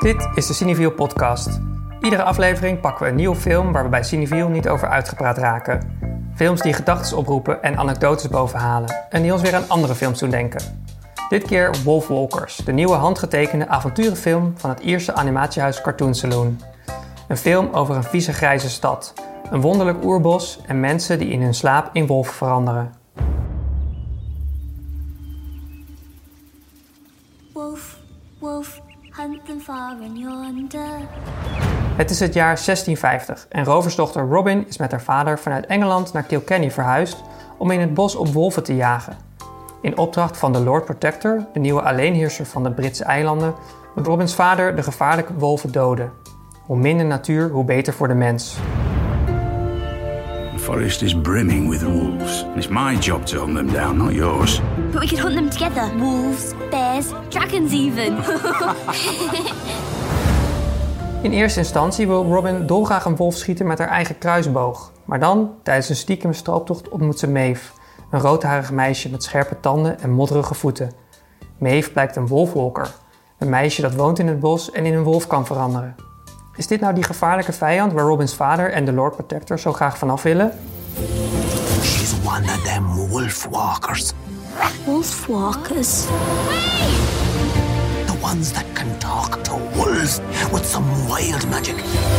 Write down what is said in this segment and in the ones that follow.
Dit is de Cineviel podcast. Iedere aflevering pakken we een nieuwe film waar we bij Cineviel niet over uitgepraat raken. Films die gedachten oproepen en anekdotes bovenhalen en die ons weer aan andere films doen denken. Dit keer Wolfwalkers, de nieuwe handgetekende avonturenfilm van het Ierse animatiehuis Cartoon Saloon. Een film over een vieze grijze stad, een wonderlijk oerbos en mensen die in hun slaap in wolven veranderen. Wolf, wolf, hunt them far and yonder. Het is het jaar 1650 en roversdochter Robin is met haar vader vanuit Engeland naar Kilkenny verhuisd om in het bos op wolven te jagen. In opdracht van de Lord Protector, de nieuwe alleenheerser van de Britse eilanden, moet Robins vader de gevaarlijke wolven doden. Hoe minder natuur, hoe beter voor de mens. The forest is brimming with wolves. It's my job to hunt them down, not yours. But we could hunt them together. Wolves, bears, dragons even. In eerste instantie wil Robin dolgraag een wolf schieten met haar eigen kruisboog. Maar dan, tijdens een stiekeme strooptocht, ontmoet ze Maeve. Een roodharig meisje met scherpe tanden en modderige voeten. Maeve blijkt een wolfwalker. Een meisje dat woont in het bos en in een wolf kan veranderen. Is dit nou die gevaarlijke vijand waar Robins vader en de Lord Protector zo graag vanaf willen? She's one of them wolfwalkers. Wolfwalkers. The ones that can talk to wolves with some wild magic.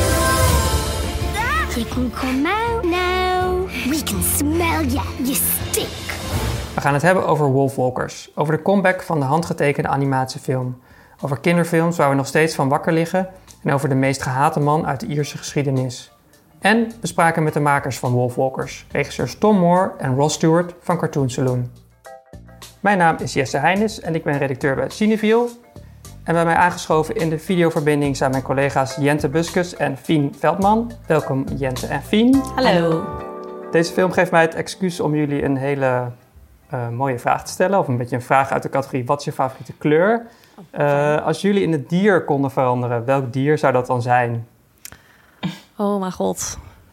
You can come out now. We can smell ya, you stink. We gaan het hebben over Wolfwalkers. Over de comeback van de handgetekende animatiefilm. Over kinderfilms waar we nog steeds van wakker liggen. En over de meest gehate man uit de Ierse geschiedenis. En we spraken met de makers van Wolfwalkers. Regisseurs Tom Moore en Ross Stewart van Cartoon Saloon. Mijn naam is Jesse Heijnis en ik ben redacteur bij Cineviel. En bij mij aangeschoven in de videoverbinding zijn mijn collega's Jente Buskus en Fien Veldman. Welkom Jente en Fien. Hallo. Deze film geeft mij het excuus om jullie een hele mooie vraag te stellen. Of een beetje een vraag uit de categorie wat is je favoriete kleur? Als jullie in het dier konden veranderen, welk dier zou dat dan zijn? Oh mijn god.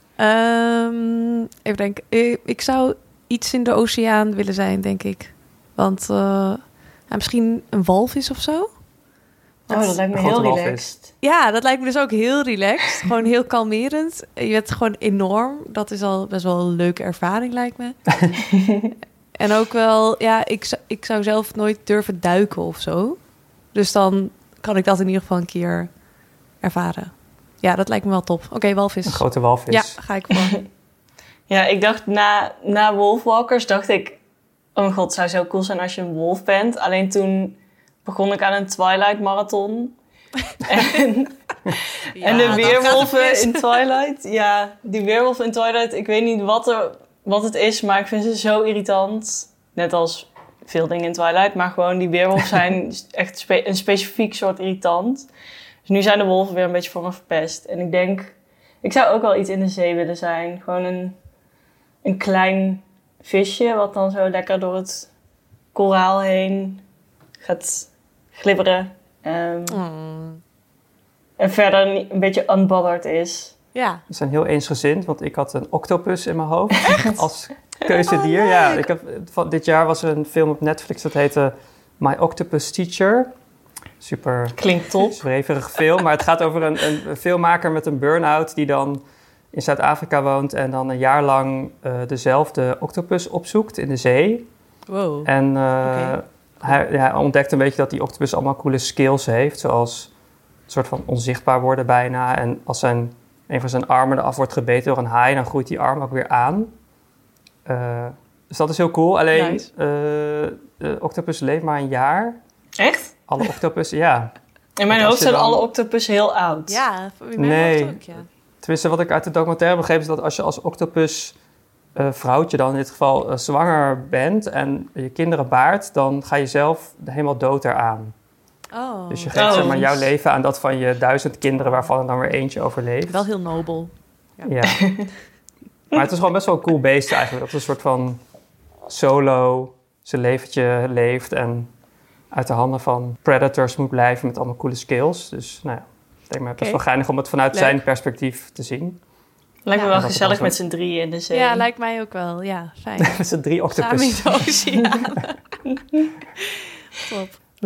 Even denken. Ik zou iets in de oceaan willen zijn, denk ik. Want misschien een walvis of zo. Dat lijkt me heel relaxed. Ja, dat lijkt me dus ook heel relaxed. Gewoon heel kalmerend. Je bent gewoon enorm. Dat is al best wel een leuke ervaring, lijkt me. En ook wel, ja, ik zou zelf nooit durven duiken of zo. Dus dan kan ik dat in ieder geval een keer ervaren. Ja, dat lijkt me wel top. Oké, walvis. Een grote walvis. Ja, ga ik voor. Ja, ik dacht na Wolfwalkers dacht ik... Oh mijn god, het zou zo cool zijn als je een wolf bent. Alleen toen begon ik aan een Twilight marathon. En de weerwolven in Twilight. Ja, die weerwolven in Twilight. Ik weet niet wat het is, maar ik vind ze zo irritant. Net als veel dingen in Twilight. Maar gewoon die weerwolven zijn echt een specifiek soort irritant. Dus nu zijn de wolven weer een beetje voor me verpest. En ik denk, ik zou ook wel iets in de zee willen zijn. Gewoon een klein visje wat dan zo lekker door het koraal heen gaat glibberen. En verder een beetje unbothered is. Ja. We zijn heel eensgezind, want ik had een octopus in mijn hoofd. Echt? Als keuzedier. Oh, ja, dit jaar was er een film op Netflix dat heette My Octopus Teacher. Super. Klinkt top. Zweverige film, maar het gaat over een filmmaker met een burn-out die dan in Zuid-Afrika woont en dan een jaar lang dezelfde octopus opzoekt in de zee. Wow. En hij ontdekt een beetje dat die octopus allemaal coole skills heeft, zoals een soort van onzichtbaar worden bijna. En als een van zijn armen eraf wordt gebeten door een haai, dan groeit die arm ook weer aan. Dus dat is heel cool. Alleen, nice. De octopus leeft maar een jaar. Echt? Alle octopussen, ja. In mijn hoofd zijn alle octopussen heel oud. Ja, in mijn Nee. hoofd ook, ja. Tenminste, wat ik uit de documentaire begreep is dat als je als octopus vrouwtje dan in dit geval zwanger bent en je kinderen baart, dan ga je zelf helemaal dood eraan. Oh. Dus je geeft zeg maar jouw leven aan dat van je 1000 kinderen waarvan er dan weer eentje overleeft. Wel heel nobel. Ja. Maar het is gewoon best wel een cool beest eigenlijk. Dat het een soort van solo zijn leventje leeft en uit de handen van predators moet blijven met allemaal coole skills. Dus nou ja, ik denk me best wel geinig om het vanuit zijn perspectief te zien. Lijkt me wel gezellig met z'n drieën in de zee. Ja, lijkt mij ook wel. Ja, fijn. Met z'n 3 octopussen. Samen in de oceaan. Top.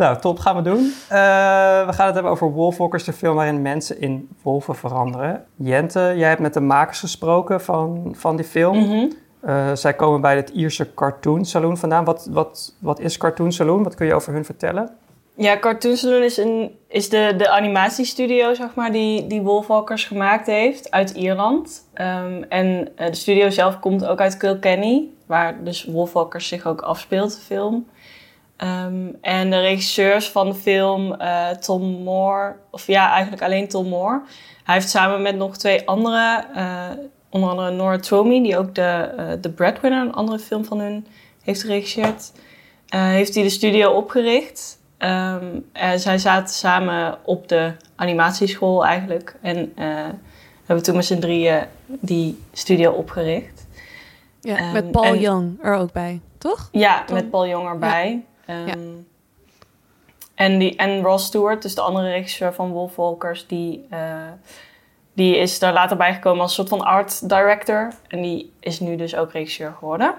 Nou, top, gaan we doen. We gaan het hebben over Wolfwalkers, de film waarin mensen in wolven veranderen. Jente, jij hebt met de makers gesproken van die film. Mm-hmm. Zij komen bij het Ierse Cartoon Saloon vandaan. Wat is Cartoon Saloon? Wat kun je over hun vertellen? Ja, Cartoon Saloon is de animatiestudio, zeg maar, die Wolfwalkers gemaakt heeft uit Ierland. En de studio zelf komt ook uit Kilkenny, waar dus Wolfwalkers zich ook afspeelt, de film. En de regisseurs van de film, Tom Moore, of ja, eigenlijk alleen Tom Moore. Hij heeft samen met nog 2 andere, onder andere Nora Twomey, die ook de Breadwinner, een andere film van hun, heeft geregisseerd. Heeft hij de studio opgericht. Zij zaten samen op de animatieschool eigenlijk. En hebben toen met z'n drieën die studio opgericht. Ja, met Paul Young er ook bij, toch? Ja, met Paul Young erbij. Ja. En Ross Stewart, dus de andere regisseur van Wolfwalkers, die is daar later bijgekomen als een soort van art director. En die is nu dus ook regisseur geworden.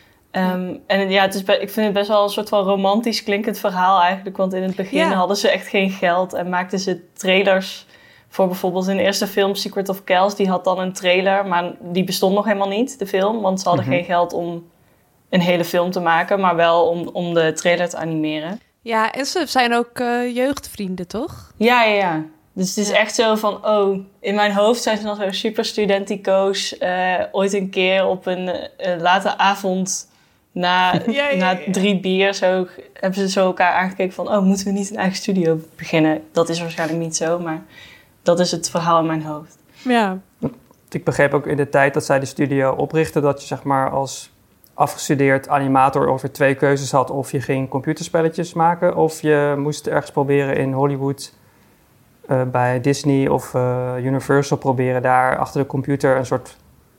En ja, ik vind het best wel een soort van romantisch klinkend verhaal eigenlijk. Want in het begin hadden ze echt geen geld en maakten ze trailers voor bijvoorbeeld in de eerste film Secret of Kells. Die had dan een trailer, maar die bestond nog helemaal niet, de film. Want ze hadden geen geld om een hele film te maken, maar wel om de trailer te animeren. Ja, en ze zijn ook jeugdvrienden, toch? Ja. Dus het is echt zo van, in mijn hoofd zijn ze dan zo super studentico's. Ooit een keer op een late avond na 3 bier zo hebben ze zo elkaar aangekeken van, moeten we niet een eigen studio beginnen? Dat is waarschijnlijk niet zo, maar dat is het verhaal in mijn hoofd. Ja. Ik begreep ook in de tijd dat zij de studio oprichtten dat je zeg maar als afgestudeerd animator ongeveer 2 keuzes had. Of je ging computerspelletjes maken of je moest ergens proberen in Hollywood bij Disney of Universal proberen daar achter de computer een soort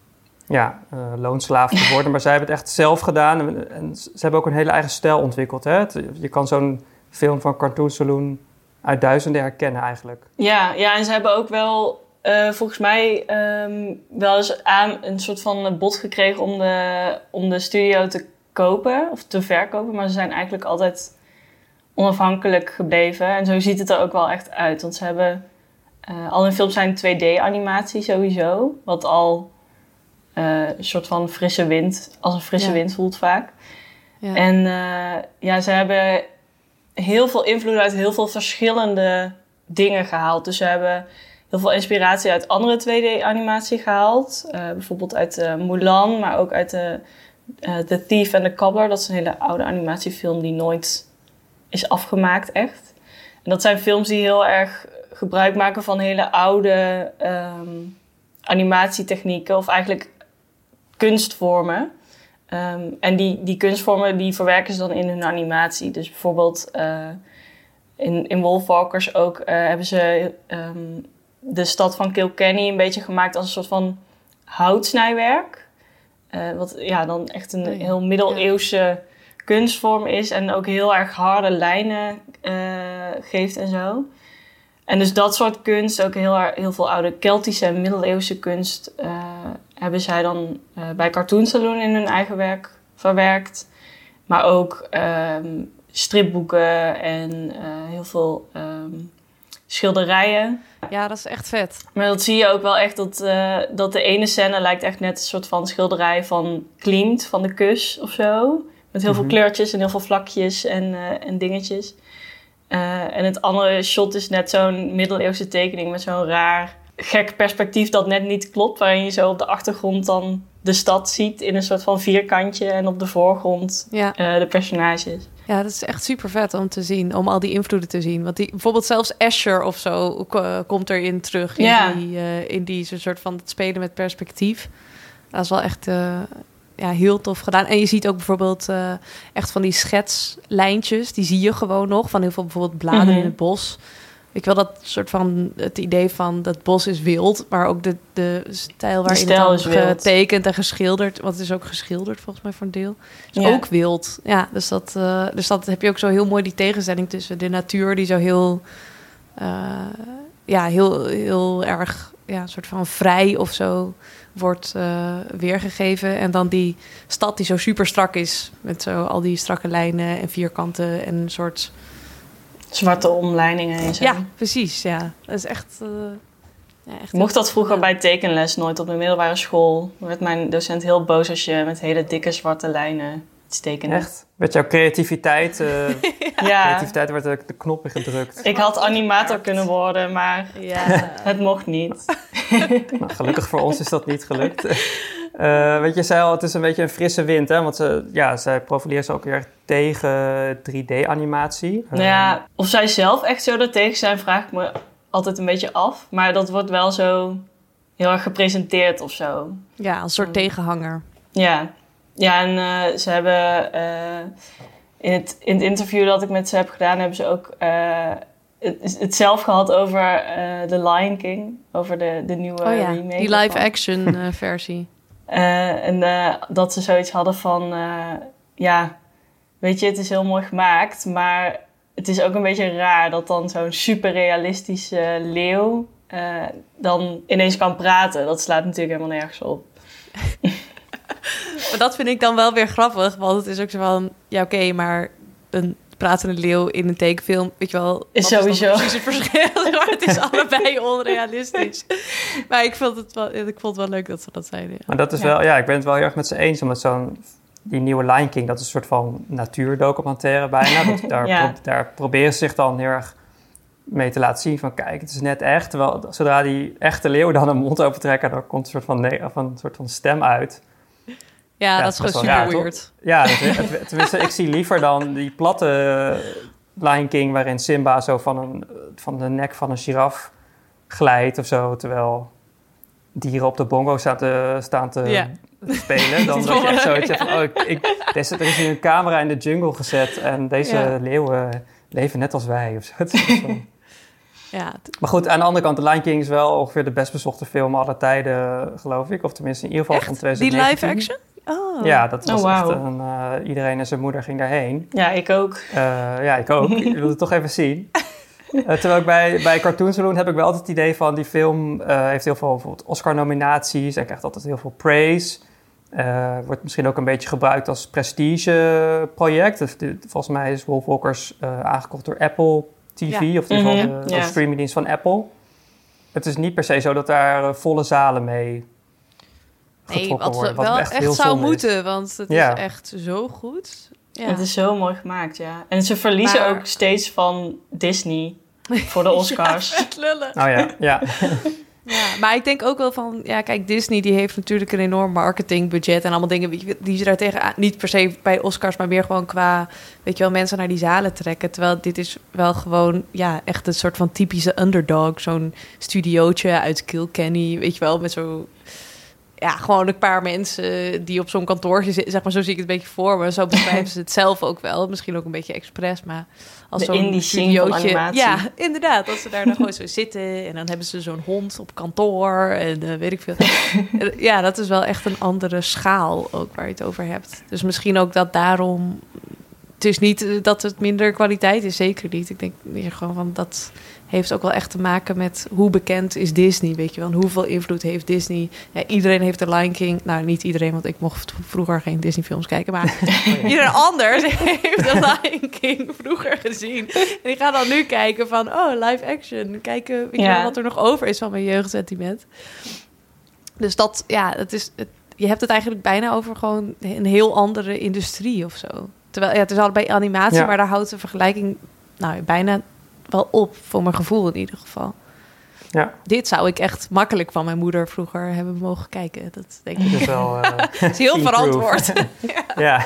loonslaaf te worden. Maar zij hebben het echt zelf gedaan en ze hebben ook een hele eigen stijl ontwikkeld. Hè? Je kan zo'n film van Cartoon Saloon uit duizenden herkennen eigenlijk. Ja, en ze hebben ook wel volgens mij wel eens een soort van bod gekregen om de studio te kopen of te verkopen. Maar ze zijn eigenlijk altijd onafhankelijk gebleven. En zo ziet het er ook wel echt uit. Want ze hebben al hun films zijn 2D-animatie sowieso. Wat al een soort van frisse wind, als een frisse wind voelt vaak. Ja. En ze hebben heel veel invloed uit heel veel verschillende dingen gehaald. Dus ze hebben heel veel inspiratie uit andere 2D-animatie gehaald. Bijvoorbeeld uit Mulan, maar ook uit The Thief and the Cobbler. Dat is een hele oude animatiefilm die nooit is afgemaakt, echt. En dat zijn films die heel erg gebruik maken van hele oude animatietechnieken, of eigenlijk kunstvormen. En die kunstvormen die verwerken ze dan in hun animatie. Dus bijvoorbeeld in Wolfwalkers ook hebben ze de stad van Kilkenny een beetje gemaakt als een soort van houtsnijwerk. Wat dan echt een heel middeleeuwse kunstvorm is en ook heel erg harde lijnen geeft en zo. En dus dat soort kunst, ook heel veel oude Keltische en middeleeuwse kunst, hebben zij dan bij Cartoon Saloon in hun eigen werk verwerkt. Maar ook stripboeken en heel veel schilderijen. Ja, dat is echt vet. Maar dat zie je ook wel echt dat de ene scène lijkt echt net een soort van schilderij van Klimt, van de Kus of zo. Met heel veel kleurtjes en heel veel vlakjes en dingetjes. En het andere shot is net zo'n middeleeuwse tekening met zo'n raar, gek perspectief dat net niet klopt. Waarin je zo op de achtergrond dan de stad ziet in een soort van vierkantje en op de voorgrond de personages. Ja, dat is echt super vet om te zien, om al die invloeden te zien. Want bijvoorbeeld zelfs Escher of zo komt erin terug in die soort van het spelen met perspectief. Dat is wel echt heel tof gedaan. En je ziet ook bijvoorbeeld echt van die schetslijntjes, die zie je gewoon nog, van heel veel bijvoorbeeld bladeren in het bos. Ik wil dat soort van het idee van dat bos is wild, maar ook de stijl waarin het dan getekend en geschilderd, want het is ook geschilderd volgens mij voor een deel, is ook wild. Ja, dus dat heb je ook zo heel mooi, die tegenstelling tussen de natuur die zo heel heel erg soort van vrij of zo wordt weergegeven. En dan die stad die zo super strak is, met zo al die strakke lijnen en vierkanten en een soort Zwarte omlijningen en zo. Ja, precies. Ja. Dat is echt... echt Ik mocht dat vroeger bij tekenles nooit op de middelbare school. Dan werd mijn docent heel boos als je met hele dikke zwarte lijnen iets tekende. Echt? Werd jouw creativiteit... Ja. Creativiteit werd de knop ingedrukt. Ik had animator kunnen worden, maar het mocht niet. Nou, gelukkig voor ons is dat niet gelukt. Weet je, zei al, het is een beetje een frisse wind, hè? Want zij profileren ze ook weer tegen 3D-animatie. Ja, of zij zelf echt zo daartegen zijn, vraag ik me altijd een beetje af. Maar dat wordt wel zo heel erg gepresenteerd of zo. Ja, een soort tegenhanger. Ja, en ze hebben in het interview dat ik met ze heb gedaan, hebben ze ook het zelf gehad over The Lion King. Over de nieuwe remake. Die live-action versie. En dat ze zoiets hadden van... weet je, het is heel mooi gemaakt, maar het is ook een beetje raar dat dan zo'n super realistische leeuw dan ineens kan praten. Dat slaat natuurlijk helemaal nergens op. Maar dat vind ik dan wel weer grappig, want het is ook zo van... Ja, oké, maar een pratende leeuw in een tekenfilm, weet je wel... Is sowieso. Precies het verschil, maar het is allebei onrealistisch. Maar ik vond het wel leuk dat ze dat zeiden. Ja. Maar dat is wel... Ja, ik ben het wel heel erg met ze eens, omdat die nieuwe Lion King, dat is een soort van natuurdocumentaire bijna. Daar proberen ze zich dan heel erg mee te laten zien van... Kijk, het is net echt. Terwijl zodra die echte leeuw dan een mond opentrekken, dan komt een soort van stem uit... Ja, dat is gewoon super raar, weird. Toch? Ja, tenminste, ik zie liever dan die platte Lion King... waarin Simba zo van de nek van een giraf glijdt of zo... terwijl dieren op de bongo staan te spelen. Dan dat je echt zoiets hebt van... er is hier een camera in de jungle gezet... en deze leeuwen leven net als wij of zo. Maar goed, aan de andere kant... The Lion King is wel ongeveer de best bezochte film aller tijden, geloof ik. Of tenminste in ieder geval van 2019. Die live-action? Oh. Ja, dat was echt iedereen en zijn moeder ging daarheen. Ja, ik ook. Ik ook. Ik wilde het toch even zien. Terwijl ik bij Cartoon Saloon heb ik wel altijd het idee van... die film heeft heel veel bijvoorbeeld Oscar-nominaties... en krijgt altijd heel veel praise. Wordt misschien ook een beetje gebruikt als prestige-project. Volgens mij is Wolfwalkers aangekocht door Apple TV... of in ieder geval de streamingdienst van Apple. Het is niet per se zo dat daar volle zalen mee... wat wel echt zou moeten, want het is echt zo goed. Ja. Het is zo mooi gemaakt, ja. En ze verliezen ook steeds van Disney voor de Oscars. Ja, lullig. Oh ja. Ja, maar ik denk ook wel van... Ja, kijk, Disney die heeft natuurlijk een enorm marketingbudget... en allemaal dingen die ze daar tegenaan... niet per se bij Oscars, maar meer gewoon qua... weet je wel, mensen naar die zalen trekken. Terwijl dit is wel gewoon... ja, echt een soort van typische underdog. Zo'n studiootje uit Kilkenny, weet je wel, met zo... Ja, gewoon een paar mensen die op zo'n kantoortje zitten. Zeg maar, zo zie ik het een beetje voor me. Zo beschrijven ze het zelf ook wel. Misschien ook een beetje expres, maar als zo'n studiootje... Ja, inderdaad. Dat ze daar dan gewoon zo zitten. En dan hebben ze zo'n hond op kantoor. En weet ik veel. Ja, dat is wel echt een andere schaal ook waar je het over hebt. Dus misschien ook dat daarom... Het is niet dat het minder kwaliteit is. Zeker niet. Ik denk meer gewoon van dat... heeft ook wel echt te maken met hoe bekend is Disney, weet je wel. En hoeveel invloed heeft Disney. Ja, iedereen heeft de Lion King... Nou, niet iedereen, want ik mocht vroeger geen Disney-films kijken. Maar iedereen anders heeft de Lion King vroeger gezien. En die gaat dan nu kijken van... live action. Kijken weet je wel, wat er nog over is van mijn jeugdsentiment. Dus dat, je hebt het eigenlijk bijna over gewoon een heel andere industrie of zo. Terwijl, het is allebei animatie, maar daar houdt de vergelijking... Nou, bijna... wel op, voor mijn gevoel in ieder geval. Ja. Dit zou ik echt makkelijk van mijn moeder vroeger hebben mogen kijken. Dat denk ik. Dat is wel is heel verantwoord. Ja.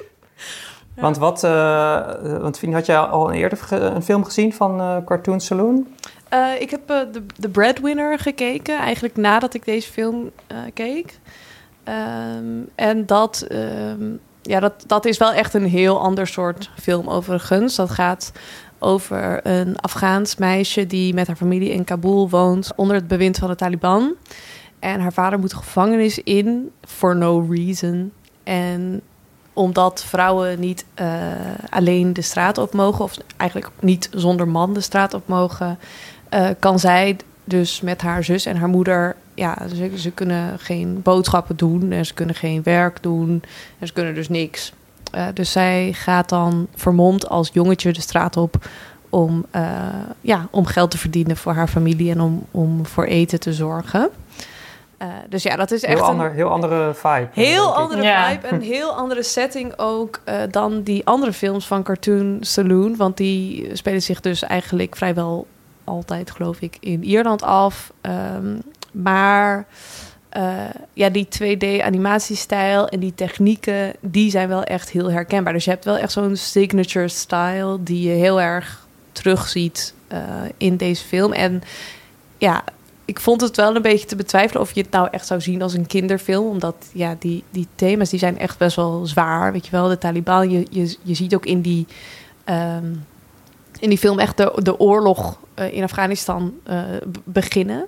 Want Fien, had jij al eerder een film gezien van Cartoon Saloon? Ik heb The Breadwinner gekeken, eigenlijk nadat ik deze film keek. En dat is wel echt een heel ander soort film overigens. Dat gaat over een Afghaans meisje die met haar familie in Kabul woont onder het bewind van de Taliban. En haar vader moet de gevangenis in for no reason. En omdat vrouwen niet alleen de straat op mogen, of eigenlijk niet zonder man de straat op mogen, kan zij dus met haar zus en haar moeder... Ja, ze kunnen geen boodschappen doen en ze kunnen geen werk doen en ze kunnen dus niks. Dus zij gaat dan vermomd als jongetje de straat op om geld te verdienen voor haar familie en om voor eten te zorgen. Dus ja, dat is echt heel andere vibe. Heel andere vibe en heel andere setting ook dan die andere films van Cartoon Saloon. Want die spelen zich dus eigenlijk vrijwel altijd, geloof ik, in Ierland af. Maar die 2D-animatiestijl en die technieken, die zijn wel echt heel herkenbaar. Dus je hebt wel echt zo'n signature style die je heel erg terugziet in deze film. En ja, ik vond het wel een beetje te betwijfelen of je het nou echt zou zien als een kinderfilm. Omdat die thema's die zijn echt best wel zwaar. Weet je wel, de Taliban. Je ziet ook in die film echt de oorlog in Afghanistan beginnen.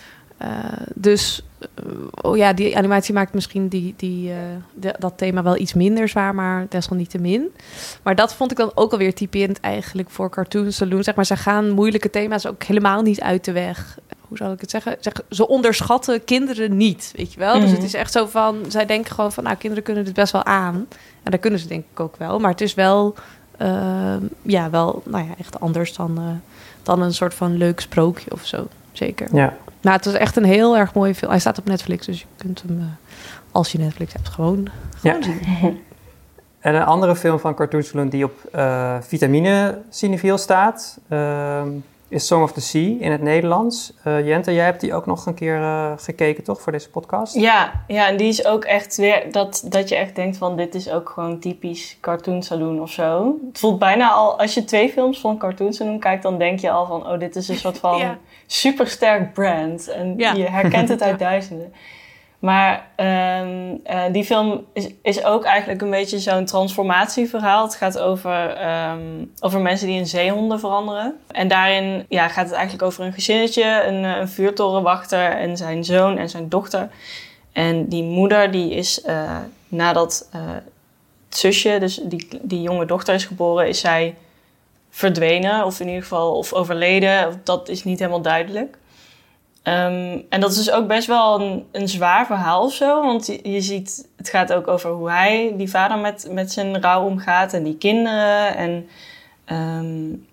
Die animatie maakt misschien dat thema wel iets minder zwaar, maar desalniettemin. Maar dat vond ik dan ook alweer typerend eigenlijk voor Cartoon Saloon. Zeg maar, ze gaan moeilijke thema's ook helemaal niet uit de weg. Hoe zal ik het zeggen? Ze onderschatten kinderen niet, weet je wel? Dus het is echt zo van, zij denken gewoon van, nou, kinderen kunnen dit best wel aan. En dat kunnen ze denk ik ook wel. Maar het is wel, echt anders dan een soort van leuk sprookje of zo. Zeker. Ja. Nou, het was echt een heel erg mooie film. Hij staat op Netflix, dus je kunt hem, als je Netflix hebt, gewoon zien. En een andere film van Cartoon Saloon die op Vitamine Cineviel staat, is Song of the Sea in het Nederlands. Jente, jij hebt die ook nog een keer gekeken, toch, voor deze podcast? Ja, en die is ook echt weer dat je echt denkt van, dit is ook gewoon typisch Cartoon Saloon of zo. Het voelt bijna al, als je 2 films van Cartoon Saloon kijkt, dan denk je al van, oh, dit is een soort van supersterk brand. En je herkent het uit duizenden. Maar die film is ook eigenlijk een beetje zo'n transformatieverhaal. Het gaat over mensen die in zeehonden veranderen. En daarin gaat het eigenlijk over een gezinnetje, een vuurtorenwachter en zijn zoon en zijn dochter. En die moeder die is nadat het zusje, dus die jonge dochter is geboren, is zij verdwenen. Of in ieder geval of overleden. Dat is niet helemaal duidelijk. En dat is dus ook best wel een zwaar verhaal of zo. Want je ziet, het gaat ook over hoe die vader met zijn rouw omgaat. En die kinderen. En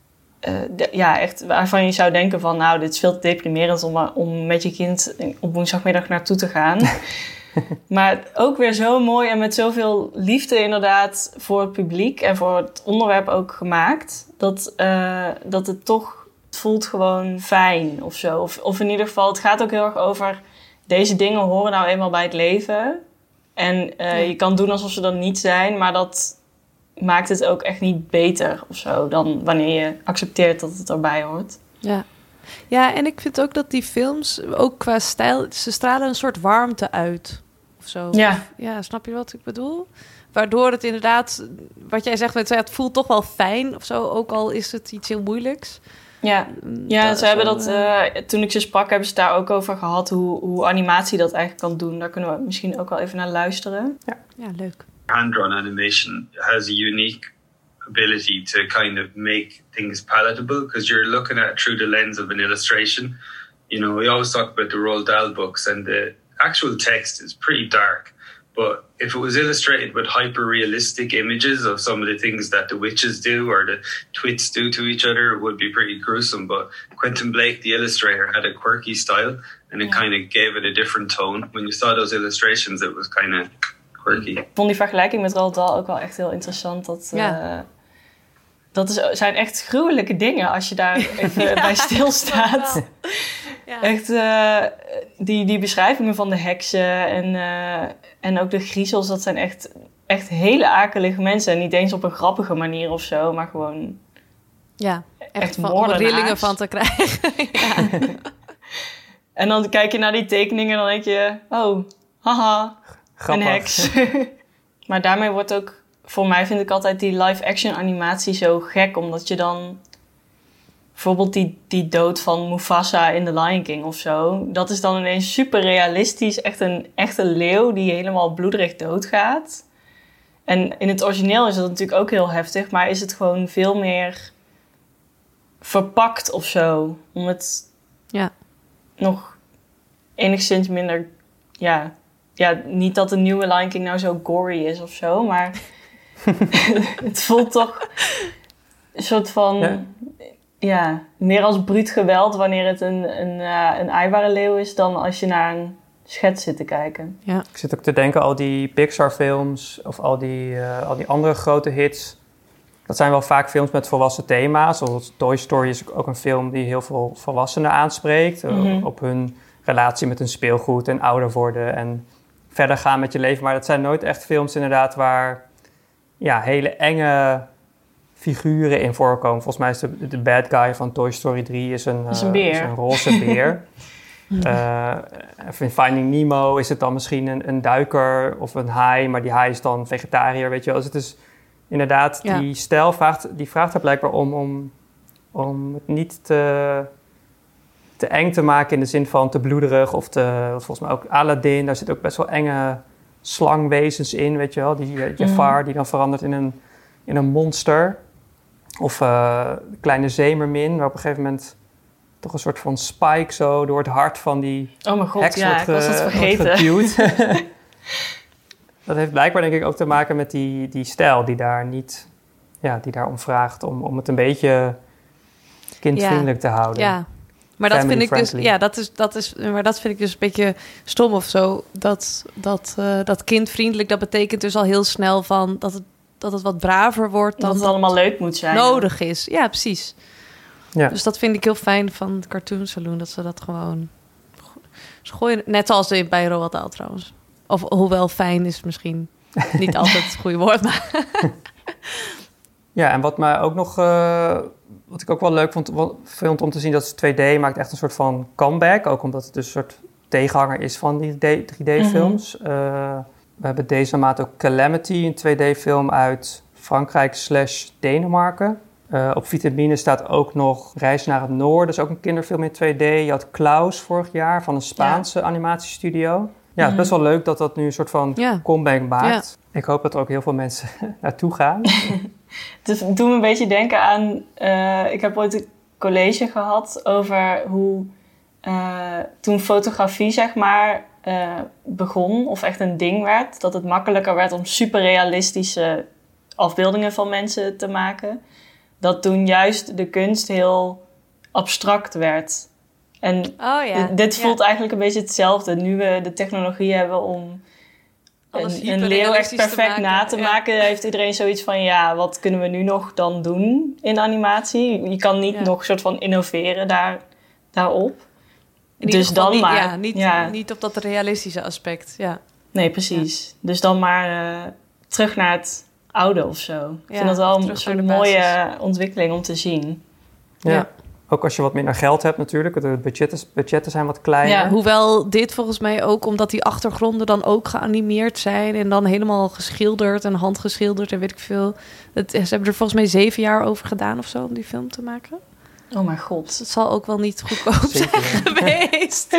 echt waarvan je zou denken van, nou, dit is veel te deprimerend om met je kind op woensdagmiddag naartoe te gaan. Maar ook weer zo mooi en met zoveel liefde inderdaad voor het publiek. En voor het onderwerp ook gemaakt. Dat het toch... Het voelt gewoon fijn of zo. Of in ieder geval, het gaat ook heel erg over, deze dingen horen nou eenmaal bij het leven. En je kan doen alsof ze er niet zijn, maar dat maakt het ook echt niet beter of zo dan wanneer je accepteert dat het erbij hoort. Ja, en ik vind ook dat die films, ook qua stijl, ze stralen een soort warmte uit of zo. Ja, snap je wat ik bedoel? Waardoor het inderdaad, wat jij zegt, het voelt toch wel fijn of zo, ook al is het iets heel moeilijks. Ja, ze hebben dat, toen ik ze sprak, hebben ze het daar ook over gehad, hoe animatie dat eigenlijk kan doen. Daar kunnen we misschien ook wel even naar luisteren. Ja, leuk. Hand-drawn animation has a unique ability to kind of make things palatable, because you're looking at it through the lens of an illustration. You know, we always talk about the Roald Dahl books, and the actual text is pretty dark. But if it was illustrated with hyper-realistic images of some of the things that the witches do or the twits do to each other, it would be pretty gruesome. But Quentin Blake, the illustrator, had a quirky style, and it kind of gave it a different tone. When you saw those illustrations, it was kind of quirky. Ik vond die vergelijking met Roald Dahl ook wel echt heel interessant. Zijn echt gruwelijke dingen als je daar even bij stilstaat. Ja. Echt die beschrijvingen van de heksen en ook de griezels, dat zijn echt hele akelige mensen. En niet eens op een grappige manier of zo, maar gewoon echt om rillingen van te krijgen. Ja. En dan kijk je naar die tekeningen en dan denk je, oh, haha, grappig. Een heks. Maar daarmee wordt ook, voor mij vind ik altijd die live-action animatie zo gek, omdat je dan bijvoorbeeld die dood van Mufasa in The Lion King of zo, dat is dan ineens super realistisch. Echt een echte leeuw die helemaal bloederig doodgaat. En in het origineel is dat natuurlijk ook heel heftig, maar is het gewoon veel meer verpakt of zo. Om het nog enigszins minder... Ja, niet dat de nieuwe Lion King nou zo gory is of zo, maar het voelt toch... soort van... Ja, meer als bruut geweld wanneer het een aaibare leeuw is... dan als je naar een schets zit te kijken. Ja. Ik zit ook te denken, al die Pixar-films of al die andere grote hits... dat zijn wel vaak films met volwassen thema's. Zoals Toy Story is ook een film die heel veel volwassenen aanspreekt. Op hun relatie met hun speelgoed en ouder worden en verder gaan met je leven. Maar dat zijn nooit echt films inderdaad waar hele enge figuren in voorkomen. Volgens mij is de bad guy van Toy Story 3 is een beer. Is een roze beer. In Finding Nemo is het dan misschien een duiker of een haai, maar die haai is dan vegetariër, weet je wel. Dus het is inderdaad, die stijl vraagt er blijkbaar om het niet te eng te maken in de zin van te bloederig of volgens mij ook Aladdin, daar zit ook best wel enge slangwezens in, weet je wel. Die Jafar die dan verandert in een monster. Of de kleine zeemermin, waar op een gegeven moment toch een soort van spike zo door het hart van die oh mijn god, heks ik was het vergeten. geduwd. Dat heeft blijkbaar denk ik ook te maken met die stijl die daar niet, die daar om vraagt om het een beetje kindvriendelijk te houden. Ja, maar dat vind ik dus, maar dat vind ik dus een beetje stom of zo. Dat kindvriendelijk, dat betekent dus al heel snel van dat het wat braver wordt dan dat het allemaal leuk moet zijn. Nodig is. Ja, precies. Ja. Dus dat vind ik heel fijn van het Cartoon Saloon, dat ze dat gewoon gooien. Net als bij Roald Dahl trouwens. Of hoewel fijn is misschien niet altijd het goede woord, maar... Ja, en wat mij ook nog... wat ik ook wel leuk vond om te zien, dat 2D maakt echt een soort van comeback. Ook omdat het dus een soort tegenhanger is van die 3D-films. We hebben deze maand ook Calamity, een 2D-film uit Frankrijk/Denemarken. Op Vitamine staat ook nog Reis naar het Noorden. Dat is ook een kinderfilm in 2D. Je had Klaus vorig jaar van een Spaanse animatiestudio. Ja, het is best wel leuk dat dat nu een soort van comeback maakt. Ja. Ik hoop dat er ook heel veel mensen naartoe gaan. Het doet me een beetje denken aan... ik heb ooit een college gehad over hoe... toen fotografie, zeg maar, begon of echt een ding werd... dat het makkelijker werd om superrealistische afbeeldingen van mensen te maken... dat toen juist de kunst heel abstract werd... En dit voelt eigenlijk een beetje hetzelfde. Nu we de technologie hebben om een leeuw echt perfect na te maken... heeft iedereen zoiets van, wat kunnen we nu nog dan doen in animatie? Je kan niet nog soort van innoveren daarop. Dus dan maar... Niet op dat realistische aspect, Nee, precies. Ja. Dus dan maar terug naar het oude of zo. Ik vind dat wel een soort mooie ontwikkeling om te zien. Ja. Ook als je wat minder geld hebt natuurlijk. De budgetten zijn wat kleiner. Ja, hoewel dit volgens mij ook... omdat die achtergronden dan ook geanimeerd zijn... en dan helemaal geschilderd en handgeschilderd en weet ik veel. Ze hebben er volgens mij 7 jaar over gedaan of zo... om die film te maken. Oh mijn god. Dus het zal ook wel niet goedkoop zijn geweest.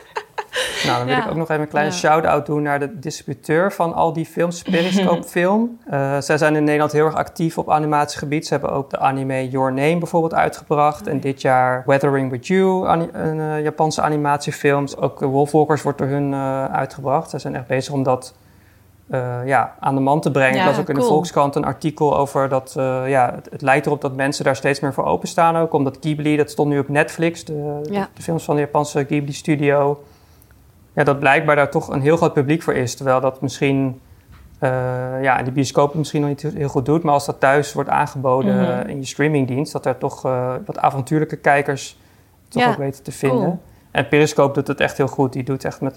Nou, dan wil ik ook nog even een kleine shout-out doen... naar de distributeur van al die films, Periscope Film. Zij zijn in Nederland heel erg actief op animatiegebied. Ze hebben ook de anime Your Name bijvoorbeeld uitgebracht. En dit jaar Weathering With You, een Japanse animatiefilm. Ook Wolfwalkers wordt door hun uitgebracht. Zij zijn echt bezig om dat aan de man te brengen. Ik las ook in de Volkskrant een artikel over dat... het lijkt erop dat mensen daar steeds meer voor openstaan ook. Omdat Ghibli, dat stond nu op Netflix. De films van de Japanse Ghibli-studio... Ja, dat blijkbaar daar toch een heel groot publiek voor is. Terwijl dat misschien in de bioscoop misschien nog niet heel goed doet. Maar als dat thuis wordt aangeboden in je streamingdienst... dat er toch wat avontuurlijke kijkers toch ook weten te vinden. Cool. En Periscope doet het echt heel goed. Die doet echt met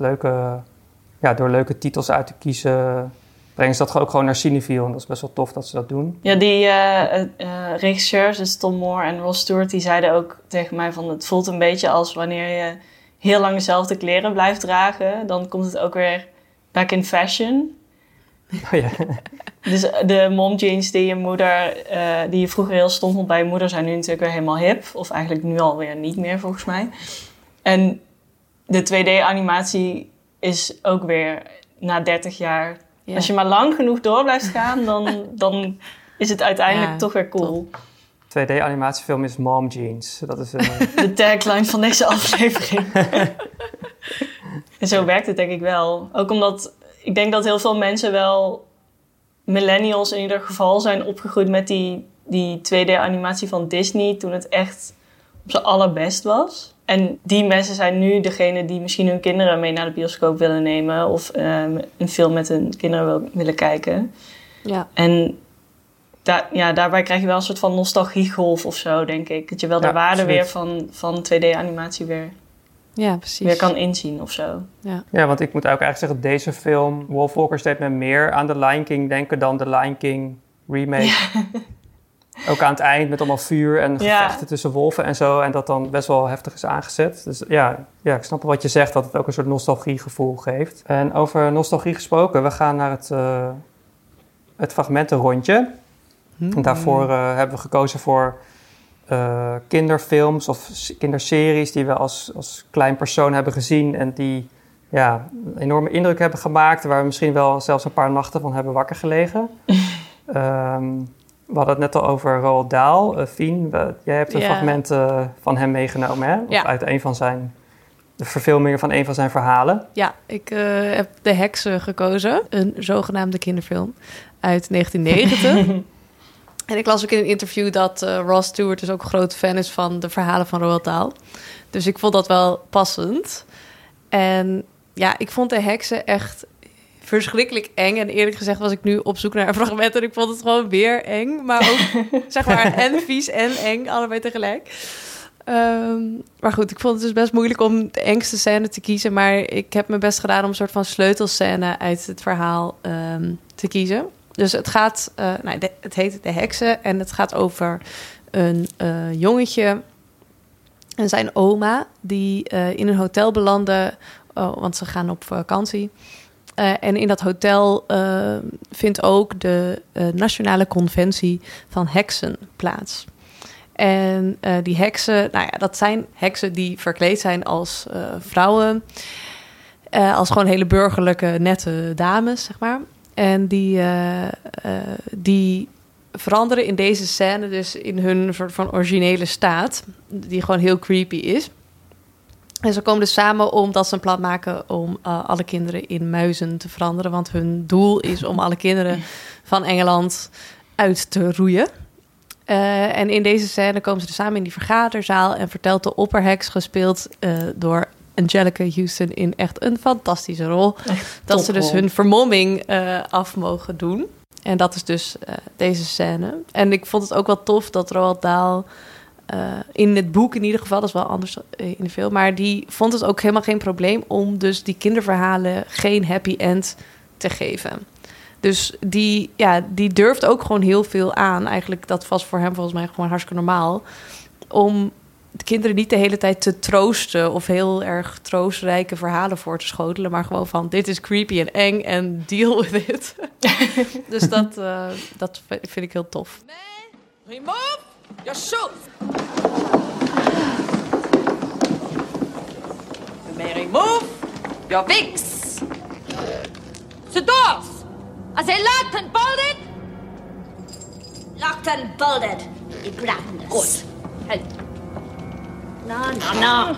door leuke titels uit te kiezen... brengen ze dat ook gewoon naar Cineville. En dat is best wel tof dat ze dat doen. Ja, die regisseurs, dus Tom Moore en Ross Stewart... die zeiden ook tegen mij van... het voelt een beetje als wanneer je... heel lang dezelfde kleren blijft dragen... dan komt het ook weer back in fashion. Oh ja. Dus de mom jeans die je vroeger heel stom vond bij je moeder... zijn nu natuurlijk weer helemaal hip. Of eigenlijk nu alweer niet meer, volgens mij. En de 2D-animatie is ook weer na 30 jaar... Ja. Als je maar lang genoeg door blijft gaan... dan is het uiteindelijk toch weer cool. Top. 2D-animatiefilm is Mom Jeans. Dat is de tagline van deze aflevering. En zo werkt het denk ik wel. Ook omdat ik denk dat heel veel mensen wel... millennials in ieder geval zijn opgegroeid met die die 2D-animatie van Disney toen het echt op zijn allerbest was. En die mensen zijn nu degene die misschien hun kinderen mee naar de bioscoop willen nemen of een film met hun kinderen willen kijken. Ja. En daarbij krijg je wel een soort van nostalgiegolf of zo, denk ik. Dat je wel de waarde absoluut. weer van 2D-animatie Ja, precies. weer kan inzien of zo. Ja, want ik moet ook eigenlijk zeggen, deze film, Wolfwalkers, deed me meer aan The Lion King denken dan de Lion King remake. Ook aan het eind met allemaal vuur en gevechten tussen wolven en zo. En dat dan best wel heftig is aangezet. Dus ja, ik snap wel wat je zegt, dat het ook een soort nostalgiegevoel geeft. En over nostalgie gesproken, we gaan naar het fragmentenrondje. En daarvoor hebben we gekozen voor kinderfilms of kinderseries die we als klein persoon hebben gezien en die een enorme indruk hebben gemaakt, waar we misschien wel zelfs een paar nachten van hebben wakker gelegen. We hadden het net al over Roald Dahl. Fien, jij hebt een fragment van hem meegenomen, hè? Of uit de verfilmingen van een van zijn verhalen. Ja, ik heb De Heksen gekozen. Een zogenaamde kinderfilm uit 1990. En ik las ook in een interview dat Ross Stewart dus ook een groot fan is van de verhalen van Roald Dahl. Dus ik vond dat wel passend. En ja, ik vond De Heksen echt verschrikkelijk eng. En eerlijk gezegd was ik nu op zoek naar een fragment en ik vond het gewoon weer eng. Maar ook, zeg maar, en vies en eng, allebei tegelijk. Maar goed, ik vond het dus best moeilijk om de engste scène te kiezen. Maar ik heb mijn best gedaan om een soort van sleutelscène uit het verhaal te kiezen. Dus het gaat, het heet De Heksen en het gaat over een jongetje en zijn oma die in een hotel belanden, want ze gaan op vakantie. En in dat hotel vindt ook de Nationale Conventie van Heksen plaats. En die heksen, dat zijn heksen die verkleed zijn als vrouwen, als gewoon hele burgerlijke, nette dames, zeg maar. En die veranderen in deze scène dus in hun soort van originele staat, die gewoon heel creepy is. En ze komen dus samen omdat ze een plan maken om alle kinderen in muizen te veranderen. Want hun doel is om alle kinderen van Engeland uit te roeien. En in deze scène komen ze dus samen in die vergaderzaal en vertelt de opperheks, gespeeld door Angelica Houston in echt een fantastische rol. Dat ze dus hun vermomming af mogen doen. En dat is dus deze scène. En ik vond het ook wel tof dat Roald Dahl in het boek in ieder geval, dat is wel anders in de film, maar die vond het ook helemaal geen probleem om dus die kinderverhalen geen happy end te geven. Dus die durft ook gewoon heel veel aan. Eigenlijk, dat was voor hem volgens mij gewoon hartstikke normaal. Om de kinderen niet de hele tijd te troosten of heel erg troostrijke verhalen voor te schotelen, maar gewoon van, dit is creepy en eng en deal with it. Dus dat vind ik heel tof. Remove your shoes. You may remove your wigs. The doors. Are they locked and bolted? Locked and bolted, Your Gladness. Good. Hey. No.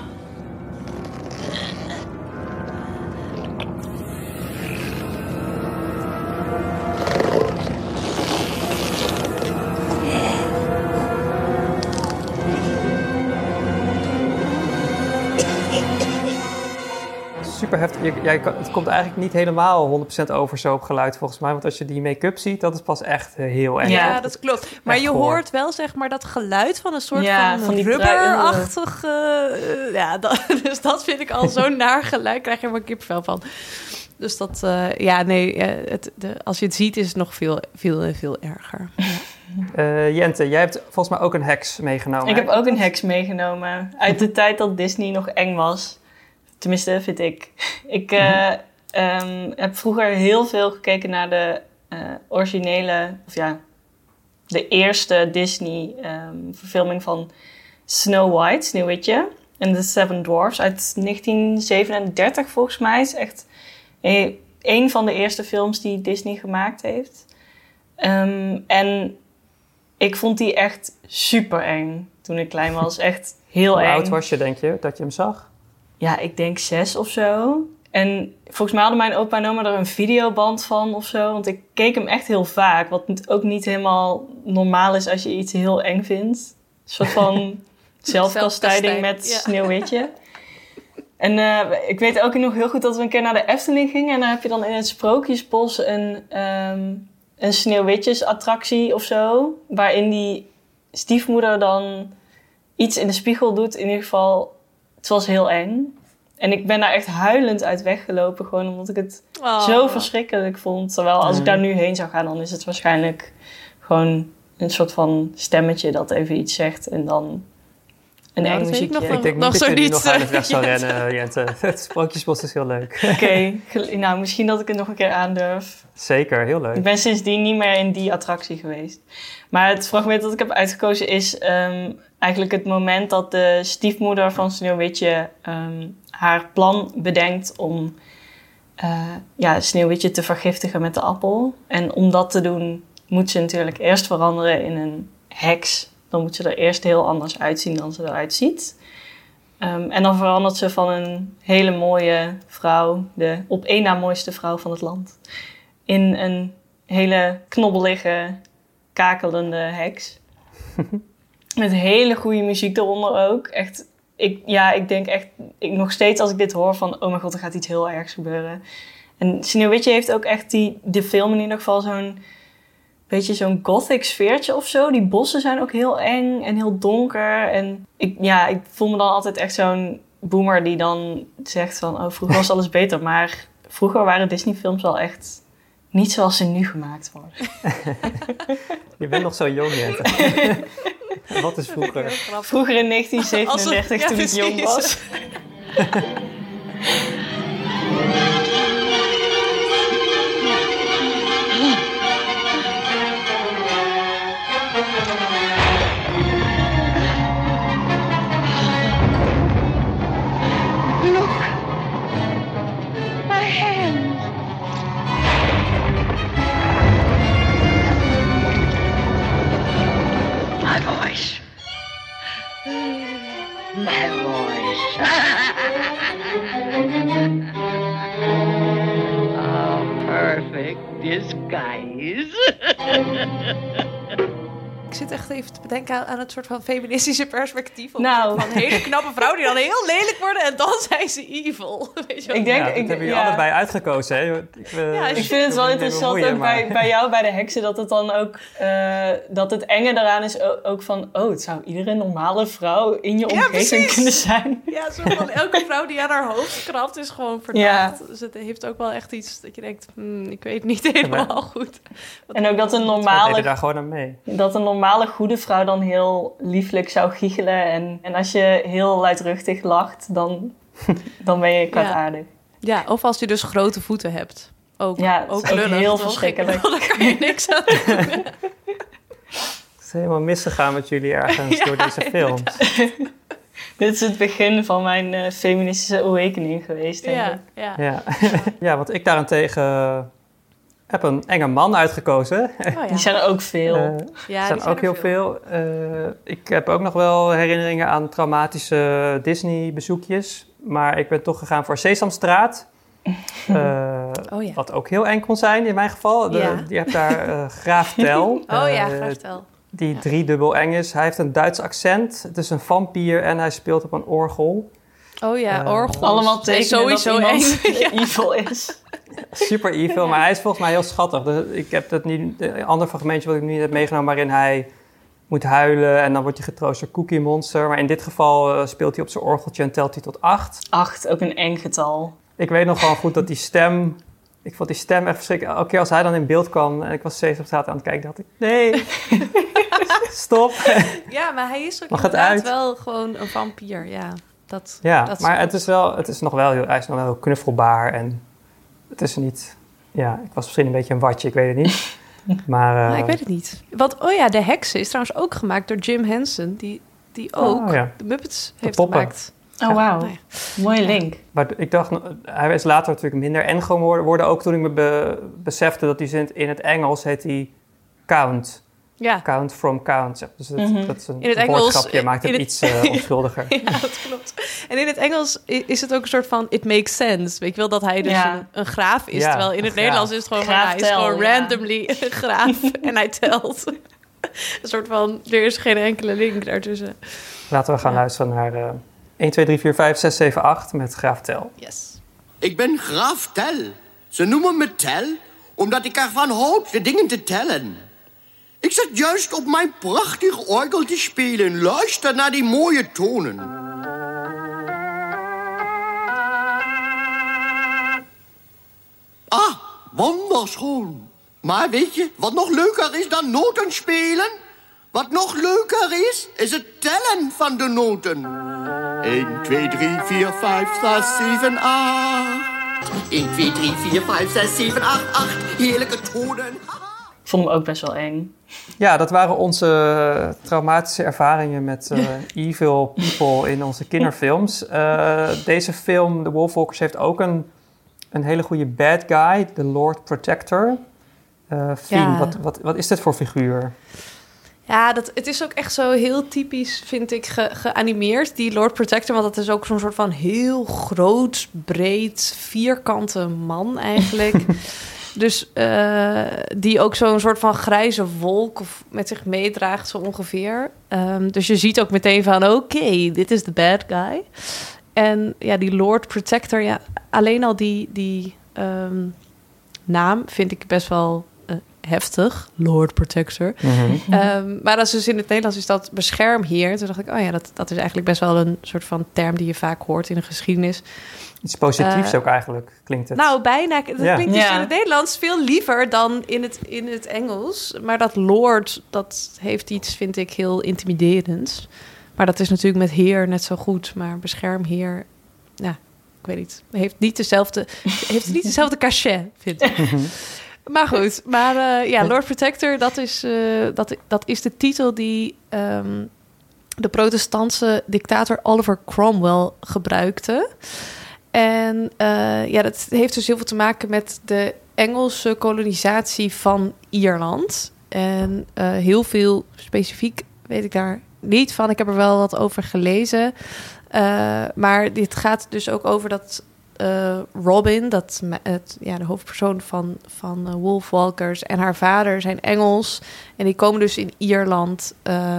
Super heftig. Het komt eigenlijk niet helemaal 100% over zo op geluid volgens mij. Want als je die make-up ziet, dat is pas echt heel erg. Ja, dat klopt. Maar je hoort wel zeg maar dat geluid van een soort van die rubberachtig... dus dat vind ik al zo'n naar geluid. Krijg je er maar kippenvel van. Dus dat, als je het ziet is het nog veel erger. Ja. Jente, jij hebt volgens mij ook een heks meegenomen. Ik heb ook een heks meegenomen. Uit de tijd dat Disney nog eng was. Tenminste, vind ik. Ik heb vroeger heel veel gekeken naar de originele, de eerste Disney verfilming van Snow White, Sneeuwwitje, en The Seven Dwarfs uit 1937 volgens mij. Is echt een van de eerste films die Disney gemaakt heeft. En ik vond die echt super eng toen ik klein was. Echt heel eng. Hoe oud was je, denk je, dat je hem zag? Ja, ik denk 6 of zo. En volgens mij hadden mijn opa en oma er een videoband van of zo. Want ik keek hem echt heel vaak. Wat ook niet helemaal normaal is als je iets heel eng vindt. Een soort van zelfkastijding met Sneeuwwitje. En ik weet ook nog heel goed dat we een keer naar de Efteling gingen. En dan heb je dan in het Sprookjesbos een Sneeuwwitjes-attractie of zo. Waarin die stiefmoeder dan iets in de spiegel doet. In ieder geval, het was heel eng. En ik ben daar echt huilend uit weggelopen. Gewoon omdat ik het zo verschrikkelijk vond. Terwijl als ik daar nu heen zou gaan, dan is het waarschijnlijk gewoon een soort van stemmetje dat even iets zegt. En dan een eng muziekje. Ik denk niet dat je nu nog aan het weg zou rennen, Jente. Het Sprookjesbos is heel leuk. Oké, nou misschien dat ik het nog een keer aandurf. Zeker, heel leuk. Ik ben sindsdien niet meer in die attractie geweest. Maar het fragment dat ik heb uitgekozen is eigenlijk het moment dat de stiefmoeder van Sneeuwwitje haar plan bedenkt om Sneeuwwitje te vergiftigen met de appel. En om dat te doen moet ze natuurlijk eerst veranderen in een heks. Dan moet ze er eerst heel anders uitzien dan ze eruit ziet. En dan verandert ze van een hele mooie vrouw, de op één na mooiste vrouw van het land, in een hele knobbelige, kakelende heks. Met hele goede muziek eronder ook. Echt, ik denk echt nog steeds als ik dit hoor van, oh mijn god, er gaat iets heel ergs gebeuren. En Sneeuwwitje heeft ook echt de film in ieder geval zo'n beetje zo'n gothic sfeertje of zo. Die bossen zijn ook heel eng en heel donker. En ik voel me dan altijd echt zo'n boomer die dan zegt van, oh, vroeger was alles beter. Maar vroeger waren Disney-films wel echt niet zoals ze nu gemaakt worden. Je bent nog zo jong, Jente. Wat is vroeger? Vroeger in 1937 toen ik jong was. My voice. Oh, perfect disguise. Ik zit echt even te bedenken aan het soort van feministische perspectief. Nou. Van een hele knappe vrouw die dan heel lelijk worden en dan zijn ze evil. Weet je wel? Ik denk, dat hebben jullie allebei uitgekozen. Hè? Ik vind het wel interessant ook bij jou, bij de heksen, dat het dan ook dat het enge eraan is ook van, oh, het zou iedere normale vrouw in je omgeving kunnen zijn. Ja, zo van elke vrouw die aan haar hoofd krabt is gewoon verdacht. Ja. Dus het heeft ook wel echt iets dat je denkt, ik weet niet helemaal goed. En ook dat een normale goede vrouw dan heel lieflijk zou giechelen. En als je heel luidruchtig lacht, dan ben je kwaadaardig. Ja, of als je dus grote voeten hebt. Ook ook lullig, heel verschrikkelijk. Daar kan je niks aan doen. Het is helemaal misgegaan met jullie ergens door deze films. Dit is het begin van mijn feministische awakening geweest, denk ik. Ja, want ik daarentegen heb een enge man uitgekozen. Die zijn er ook veel. Er zijn ook heel veel. Ik heb ook nog wel herinneringen aan traumatische Disney-bezoekjes. Maar ik ben toch gegaan voor Sesamstraat. Wat ook heel eng kon zijn in mijn geval. Je hebt daar Graaf Tel. Graaf Tel. Die driedubbel eng is. Hij heeft een Duits accent. Het is een vampier en hij speelt op een orgel. Orgel. Allemaal tekenen dat iemand evil is. Super evil, maar hij is volgens mij heel schattig. Dus ik heb dat niet, een ander fragmentje wat ik nu heb meegenomen, waarin hij moet huilen en dan wordt hij getroost door Cookie Monster. Maar in dit geval speelt hij op zijn orgeltje en telt hij tot 8. 8, ook een eng getal. Ik weet nog gewoon goed dat die stem... Ik vond die stem echt verschrikkelijk. Elke keer als hij dan in beeld kwam en ik was Sesamstraat aan het kijken, dacht ik, nee, stop. Ja, maar hij is ook Mag inderdaad wel gewoon een vampier, ja. Dat maar het is nog wel hij is nog wel heel knuffelbaar en het is niet... Ja, ik was misschien een beetje een watje, ik weet het niet. Maar ik weet het niet. Want, De Heksen is trouwens ook gemaakt door Jim Henson, die ook de Muppets heeft gemaakt. Oh, wauw. Mooie link. Maar ik dacht, hij is later natuurlijk minder eng geworden. Ook toen ik me besefte dat hij in het Engels heet hij Count. Ja. Count from count. Dus dat is een In het Engels woordgrapje, maakt het iets onschuldiger. Ja, dat klopt. En in het Engels is het ook een soort van it makes sense. Weet je wel, dat hij dus een graaf is. Ja, terwijl in het Nederlands is het gewoon Graaf hij is tel, gewoon randomly een graaf en hij telt. Een soort van, er is geen enkele link daartussen. Laten we gaan luisteren naar 1, 2, 3, 4, 5, 6, 7, 8 met Graaf Tel. Yes. Ik ben Graaf Tel. Ze noemen me Tel, omdat ik ervan houd de dingen te tellen. Ik zat juist op mijn prachtig orgel te spelen. Luister naar die mooie tonen. Ah, wonderschoon. Maar weet je wat nog leuker is dan noten spelen? Wat nog leuker is het tellen van de noten. 1, 2, 3, 4, 5, 6, 7, 8. 1, 2, 3, 4, 5, 6, 7, 8, 8. Heerlijke tonen. Ik vond hem ook best wel eng. Ja, dat waren onze traumatische ervaringen met evil people in onze kinderfilms. Deze film, The Wolfwalkers, heeft ook een hele goede bad guy, The Lord Protector. Fien, wat is dit voor figuur? Ja, het is ook echt zo heel typisch, vind ik, geanimeerd, die Lord Protector. Want dat is ook zo'n soort van heel groot, breed, vierkante man eigenlijk. Dus die ook zo'n soort van grijze wolk met zich meedraagt, zo ongeveer. Dus je ziet ook meteen van, oké, dit is de bad guy. En ja, die Lord Protector, ja, alleen al die naam vind ik best wel heftig. Lord Protector. Mm-hmm. Maar dat is dus in het Nederlands is dat beschermheer. Toen dacht ik, oh ja, dat is eigenlijk best wel een soort van term die je vaak hoort in de geschiedenis. Iets positiefs ook eigenlijk, klinkt het. Nou, bijna. Dat klinkt dus in het Nederlands veel liever dan in het Engels. Maar dat Lord, dat heeft iets, vind ik, heel intimiderends. Maar dat is natuurlijk met heer net zo goed. Maar beschermheer, ja, ik weet niet. Heeft niet dezelfde cachet, vind ik. Maar goed, Lord Protector, dat is de titel die de protestantse dictator Oliver Cromwell gebruikte. En dat heeft dus heel veel te maken met de Engelse kolonisatie van Ierland. En heel veel specifiek weet ik daar niet van. Ik heb er wel wat over gelezen. Maar dit gaat dus ook over dat Robin, de hoofdpersoon van Wolfwalkers, en haar vader zijn Engels. En die komen dus in Ierland.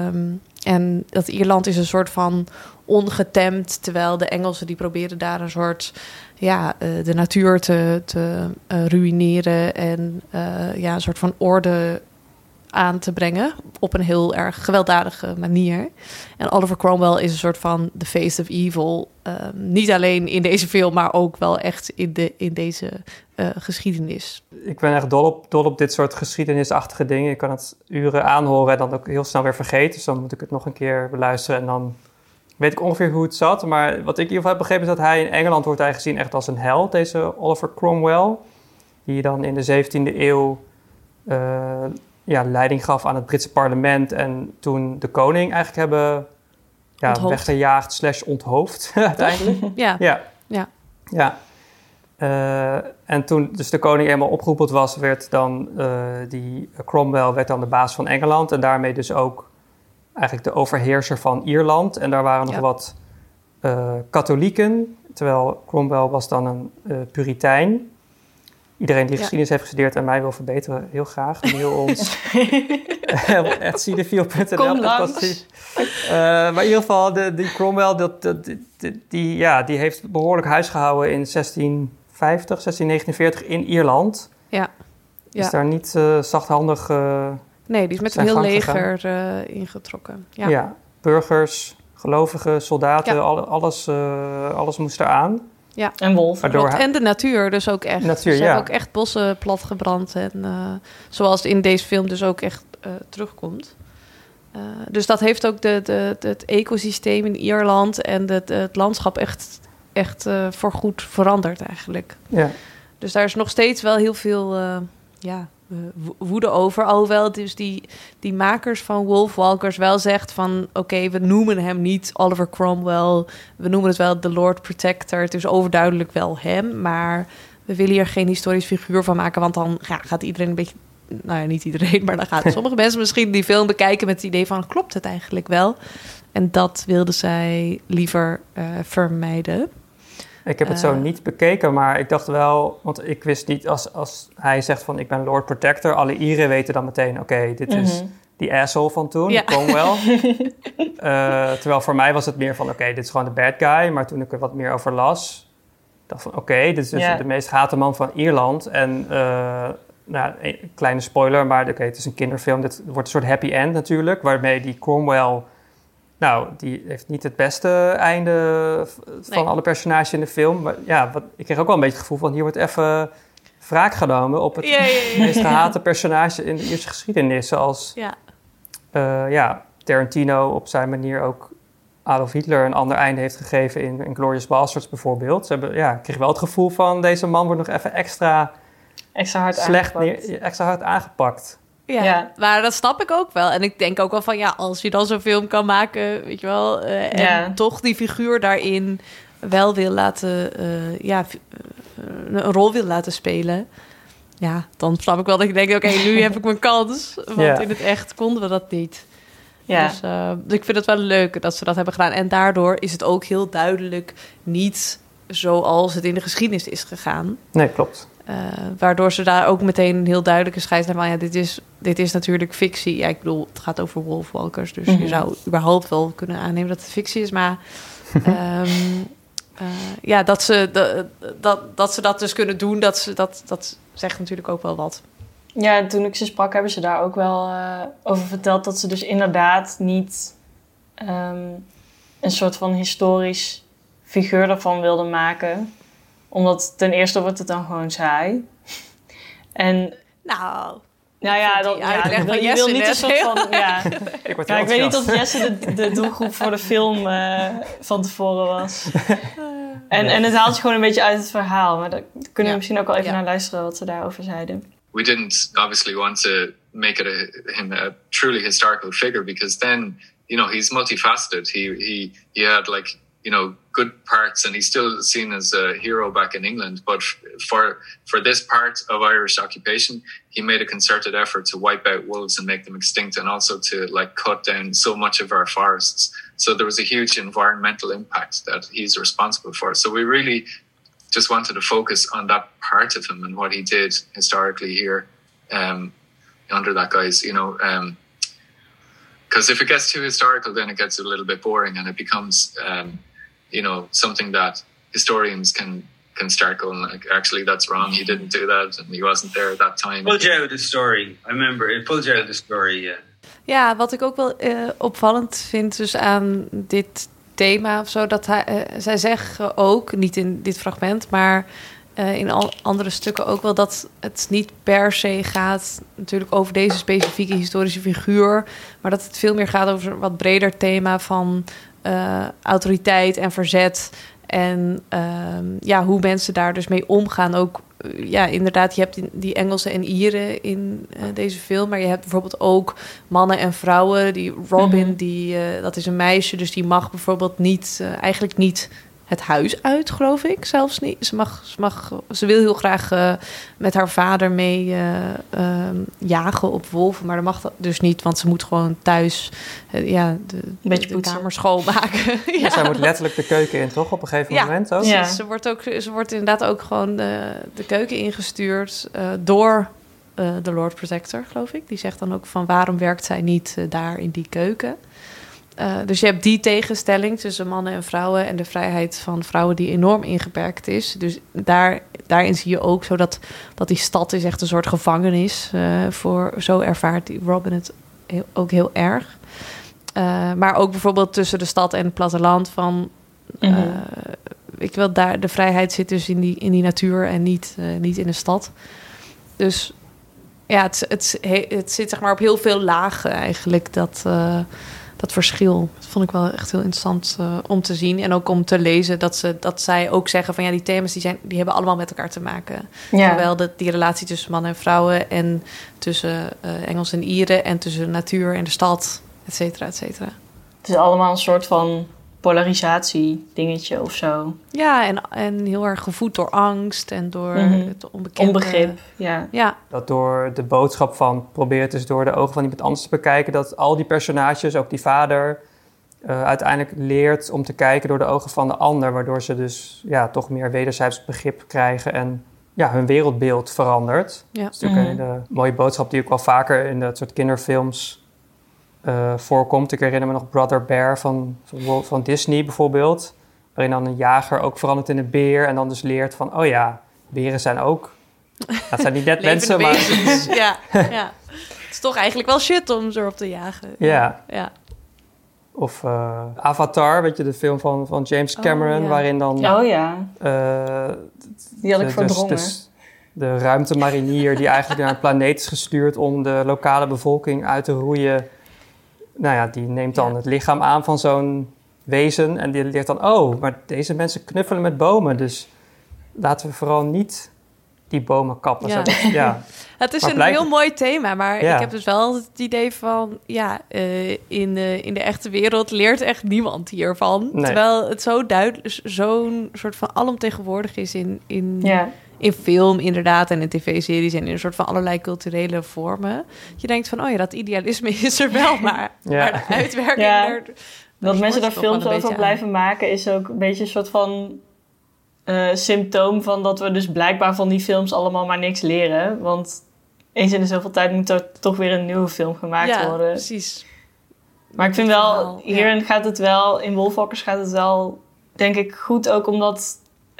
En dat Ierland is een soort van ongetemd, terwijl de Engelsen die proberen daar een soort de natuur te ruïneren en een soort van orde aan te brengen op een heel erg gewelddadige manier. En Oliver Cromwell is een soort van the face of evil. Niet alleen in deze film, maar ook wel echt in deze geschiedenis. Ik ben echt dol op dit soort geschiedenisachtige dingen. Ik kan het uren aanhoren en dan ook heel snel weer vergeten. Dus dan moet ik het nog een keer beluisteren en dan weet ik ongeveer hoe het zat. Maar wat ik in ieder geval heb begrepen is dat hij in Engeland wordt hij gezien echt als een held, deze Oliver Cromwell. Die dan in de 17e eeuw leiding gaf aan het Britse parlement. En toen de koning eigenlijk hebben weggejaagd / onthoofd uiteindelijk. Ja. En toen dus de koning eenmaal opgeroepen was, werd dan die Cromwell werd dan de baas van Engeland. En daarmee dus ook eigenlijk de overheerser van Ierland. En daar waren nog wat katholieken. Terwijl Cromwell was dan een puritein. Iedereen die geschiedenis heeft gestudeerd en mij wil verbeteren, heel graag. Mail ons. @cinefiel.nl. Kom langs. Maar in ieder geval, die Cromwell, die heeft behoorlijk huisgehouden in 1649 in Ierland. Ja. Is daar niet zachthandig nee, die is met een heel leger ingetrokken. Ja, burgers, gelovigen, soldaten, alles moest eraan. Ja, en wolven. En de natuur dus ook echt. Ze hebben ook echt bossen platgebrand. En zoals in deze film dus ook echt terugkomt. Dus dat heeft ook het ecosysteem in Ierland en het landschap echt voorgoed veranderd eigenlijk. Ja. Dus daar is nog steeds wel heel veel woede over. Alhoewel dus die makers van Wolfwalkers wel zegt van oké, we noemen hem niet Oliver Cromwell. We noemen het wel The Lord Protector. Het is overduidelijk wel hem, maar we willen hier geen historisch figuur van maken, want dan gaat iedereen een beetje nou ja, niet iedereen, maar dan gaan sommige mensen misschien die film bekijken met het idee van, klopt het eigenlijk wel? En dat wilde zij liever vermijden. Ik heb het zo niet bekeken, maar ik dacht wel... Want ik wist niet, als hij zegt van ik ben Lord Protector... alle Ieren weten dan meteen, oké, dit is die asshole van toen, ja. Cromwell. Terwijl voor mij was het meer van, oké, dit is gewoon de bad guy. Maar toen ik er wat meer over las... dacht van, oké, dit is dus de meest gehate man van Ierland. En, een kleine spoiler, maar het is een kinderfilm. Dit wordt een soort happy end natuurlijk, waarmee die Cromwell... Nou, die heeft niet het beste einde van alle personages in de film. Maar ja, ik kreeg ook wel een beetje het gevoel van... hier wordt even wraak genomen op het meest gehate personage in de Ierse geschiedenis. Zoals Tarantino op zijn manier ook Adolf Hitler een ander einde heeft gegeven in Inglourious Basterds bijvoorbeeld. Ze hebben, ik kreeg wel het gevoel van deze man wordt nog even extra hard aangepakt. Ja, maar dat snap ik ook wel. En ik denk ook wel van, als je dan zo'n film kan maken, weet je wel... en toch die figuur daarin wel wil laten... een rol wil laten spelen... Ja, dan snap ik wel dat je denkt... oké, nu heb ik mijn kans. Want in het echt konden we dat niet. Ja. Dus ik vind het wel leuk dat ze dat hebben gedaan. En daardoor is het ook heel duidelijk niet zoals het in de geschiedenis is gegaan. Nee, klopt. Waardoor ze daar ook meteen een heel duidelijke scheids hebben van... dit is natuurlijk fictie. Ja, ik bedoel, het gaat over wolfwalkers. Dus je zou überhaupt wel kunnen aannemen dat het fictie is. Maar dat ze dat dus kunnen doen... dat zegt natuurlijk ook wel wat. Ja, toen ik ze sprak hebben ze daar ook wel over verteld... dat ze dus inderdaad niet een soort van historisch figuur ervan wilden maken... Omdat ten eerste wordt het dan gewoon saai. En je wil niet een soort van... ik weet niet of Jesse de doelgroep voor de film van tevoren was. En het haalt je gewoon een beetje uit het verhaal. Maar daar kunnen we misschien ook wel even naar luisteren wat ze daarover zeiden. We didn't obviously want to make him a truly historical figure because then, he's multifaceted. He had good parts and he's still seen as a hero back in England. But for this part of Irish occupation, he made a concerted effort to wipe out wolves and make them extinct and also to cut down so much of our forests. So there was a huge environmental impact that he's responsible for. So we really just wanted to focus on that part of him and what he did historically here under that guise, because if it gets too historical, then it gets a little bit boring and it becomes... something that historians can start going actually that's wrong. He didn't do that and he wasn't there at that time. Pulled you out of the story. I remember it pulled you out of the story. Yeah. Ja, wat ik ook wel opvallend vind dus aan dit thema of zo, dat zij zeggen ook niet in dit fragment, maar in andere stukken ook wel dat het niet per se gaat natuurlijk over deze specifieke historische figuur, maar dat het veel meer gaat over een wat breder thema van autoriteit en verzet en hoe mensen daar dus mee omgaan. Ook inderdaad, je hebt die Engelsen en Ieren in deze film, maar je hebt bijvoorbeeld ook mannen en vrouwen. Die Robin, dat is een meisje, dus die mag bijvoorbeeld niet, eigenlijk niet het huis uit, geloof ik, zelfs niet. Ze wil heel graag met haar vader mee jagen op wolven, maar dat mag dat dus niet, want ze moet gewoon thuis de kamer schoonmaken. Ja. Zij moet letterlijk de keuken in, toch? Op een gegeven moment ook? Ja, ze wordt inderdaad ook gewoon de keuken ingestuurd door de Lord Protector, geloof ik. Die zegt dan ook van waarom werkt zij niet daar in die keuken? Dus je hebt die tegenstelling tussen mannen en vrouwen en de vrijheid van vrouwen die enorm ingeperkt is. Dus daarin zie je ook zo dat die stad is echt een soort gevangenis. Zo ervaart die Robin het ook heel erg. Maar ook bijvoorbeeld tussen de stad en het platteland van... daar de vrijheid zit dus in die natuur en niet in de stad. Dus ja, het zit zeg maar op heel veel lagen eigenlijk, dat verschil. Dat vond ik wel echt heel interessant om te zien. En ook om te lezen dat zij ook zeggen van die thema's die hebben allemaal met elkaar te maken. Ja. Zowel die relatie tussen mannen en vrouwen en tussen Engels en Ieren en tussen de natuur en de stad, et cetera, et cetera. Het is allemaal een soort van polarisatie dingetje of zo. Ja, en heel erg gevoed door angst en door het onbekende. Onbegrip, ja. Dat door de boodschap van probeer het dus door de ogen van iemand anders te bekijken, dat al die personages, ook die vader, uiteindelijk leert om te kijken door de ogen van de ander, waardoor ze dus toch meer wederzijds begrip krijgen en hun wereldbeeld verandert. Ja. Dat is natuurlijk een hele mooie boodschap die ook wel vaker in dat soort kinderfilms voorkomt. Ik herinner me nog Brother Bear van Disney bijvoorbeeld, waarin dan een jager ook verandert in een beer en dan dus leert van, beren zijn ook... Dat zijn niet net mensen, maar... ja. Het is toch eigenlijk wel shit om ze erop te jagen. Ja. Of Avatar, weet je, de film van James Cameron, waarin dan... die had ik verdrongen. Dus de ruimtemarinier die eigenlijk naar een planeet is gestuurd om de lokale bevolking uit te roeien. Die neemt dan het lichaam aan van zo'n wezen en die leert dan, maar deze mensen knuffelen met bomen, dus laten we vooral niet die bomen kappen. Ja. Het is een heel mooi thema, maar ik heb dus wel het idee van... in de echte wereld leert echt niemand hiervan. Nee. Terwijl het zo duidelijk, zo'n soort van alomtegenwoordig is in film inderdaad... en in tv-series en in een soort van allerlei culturele vormen. Je denkt van, dat idealisme is er wel, maar de uitwerking... Ja. Dat mensen daar films over blijven maken is ook een beetje een soort van... symptoom van dat we dus blijkbaar van die films allemaal maar niks leren. Want eens in de zoveel tijd moet er toch weer een nieuwe film gemaakt worden. Ja, precies. Maar ik vind wel, hierin gaat het wel, in Wolfwalkers gaat het wel, denk ik, goed ook omdat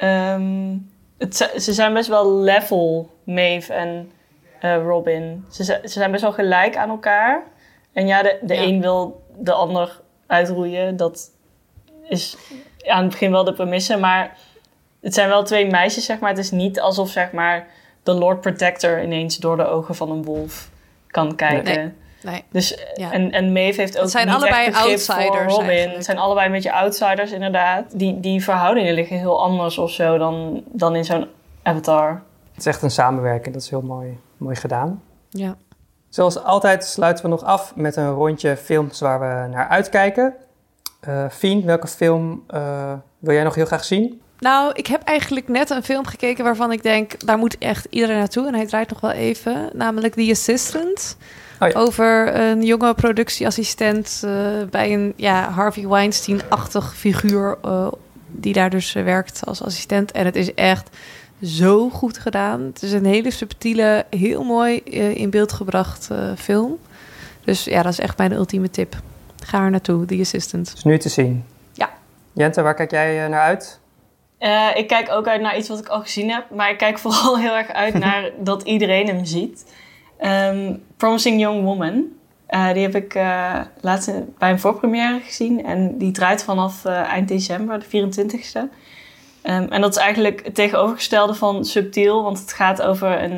ze zijn best wel level, Maeve en Robin. Ze zijn best wel gelijk aan elkaar. En de een wil de ander uitroeien. Dat is aan het begin wel de premisse, maar... Het zijn wel twee meisjes, zeg maar. Het is niet alsof, zeg maar, de Lord Protector ineens door de ogen van een wolf kan kijken. Nee. Dus, en Maeve heeft ook het zijn niet allebei echt begrip outsiders, voor Robin. eigenlijk. Het zijn allebei een beetje outsiders, inderdaad. Die verhoudingen liggen heel anders of zo dan in zo'n Avatar. Het is echt een samenwerking. Dat is heel mooi gedaan. Ja. Zoals altijd sluiten we nog af met een rondje films waar we naar uitkijken. Fien, welke film wil jij nog heel graag zien? Nou, ik heb eigenlijk net een film gekeken waarvan ik denk... daar moet echt iedereen naartoe. En hij draait nog wel even. Namelijk The Assistant. Over een jonge productieassistent... bij een Harvey Weinstein-achtig figuur... die daar dus werkt als assistent. En het is echt zo goed gedaan. Het is een hele subtiele, heel mooi in beeld gebracht film. Dus dat is echt mijn ultieme tip. Ga er naartoe, The Assistant. Is nu te zien. Ja. Jente, waar kijk jij naar uit? Ik kijk ook uit naar iets wat ik al gezien heb. Maar ik kijk vooral heel erg uit naar dat iedereen hem ziet. Promising Young Woman. Die heb ik laatst bij een voorpremière gezien. En die draait vanaf eind december, de 24e. En dat is eigenlijk het tegenovergestelde van subtiel. Want het gaat over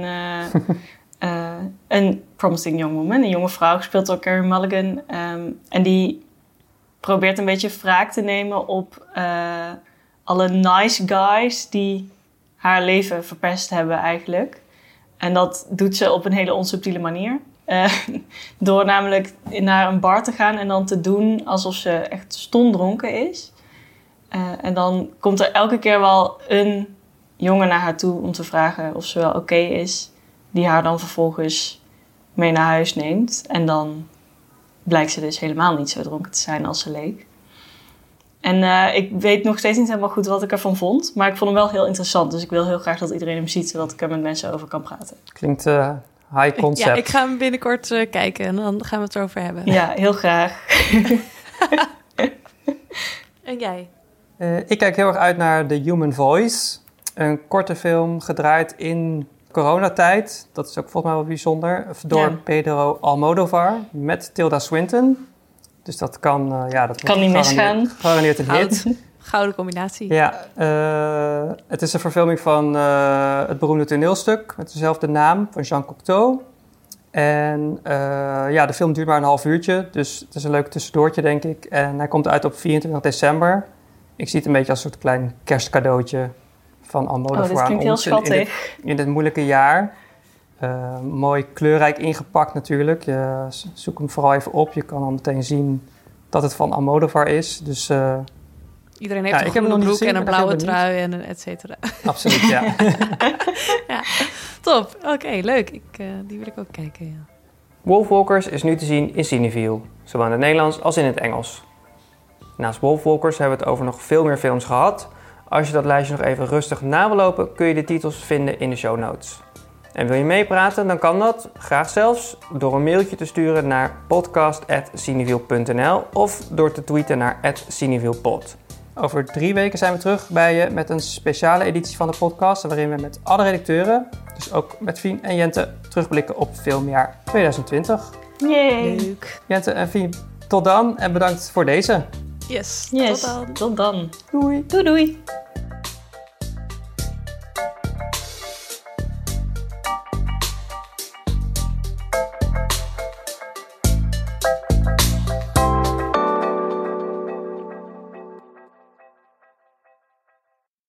een Promising Young Woman. Een jonge vrouw, gespeeld door Carey Mulligan. En die probeert een beetje wraak te nemen op... alle nice guys die haar leven verpest hebben eigenlijk. En dat doet ze op een hele onsubtiele manier. Door namelijk naar een bar te gaan en dan te doen alsof ze echt stondronken is. En dan komt er elke keer wel een jongen naar haar toe om te vragen of ze wel oké is. Die haar dan vervolgens mee naar huis neemt. En dan blijkt ze dus helemaal niet zo dronken te zijn als ze leek. En ik weet nog steeds niet helemaal goed wat ik ervan vond. Maar ik vond hem wel heel interessant. Dus ik wil heel graag dat iedereen hem ziet, zodat ik er met mensen over kan praten. Klinkt high concept. Ja, ik ga hem binnenkort kijken en dan gaan we het erover hebben. Ja, heel graag. En jij? Ik kijk heel erg uit naar The Human Voice. Een korte film gedraaid in coronatijd. Dat is ook volgens mij wel bijzonder. Door Pedro Almodovar met Tilda Swinton. Dus dat kan... dat kan niet misgaan. Garandeerd een hit. Gouden combinatie. Ja, het is een verfilming van het beroemde toneelstuk met dezelfde naam van Jean Cocteau. En de film duurt maar een half uurtje, dus het is een leuk tussendoortje, denk ik. En hij komt uit op 24 december. Ik zie het een beetje als een soort klein kerstcadeautje van Almodovar dit klinkt heel schattig. In dit moeilijke jaar. Mooi kleurrijk ingepakt natuurlijk. Zoek hem vooral even op. Je kan dan meteen zien dat het van Almodovar is. Dus Iedereen heeft Ja, een ik heb hem groene nog niet broek en gezien, een ben blauwe echt heel trui en een et cetera. Absoluut, ja. Ja, top. Oké, leuk. Die wil ik ook kijken, ja. Wolfwalkers is nu te zien in Cineville, zowel in het Nederlands als in het Engels. Naast Wolfwalkers hebben we het over nog veel meer films gehad. Als je dat lijstje nog even rustig na wil lopen, kun je de titels vinden in de show notes. En wil je meepraten, dan kan dat, graag zelfs, door een mailtje te sturen naar podcast@cineville.nl of door te tweeten naar @cinevillepod. Over 3 weken zijn we terug bij je met een speciale editie van de podcast, waarin we met alle redacteuren, dus ook met Fien en Jente, terugblikken op filmjaar 2020. Yay. Leuk. Jente en Fien, tot dan en bedankt voor deze. Yes, Yes, tot dan. tot dan. Doei. Doei doei.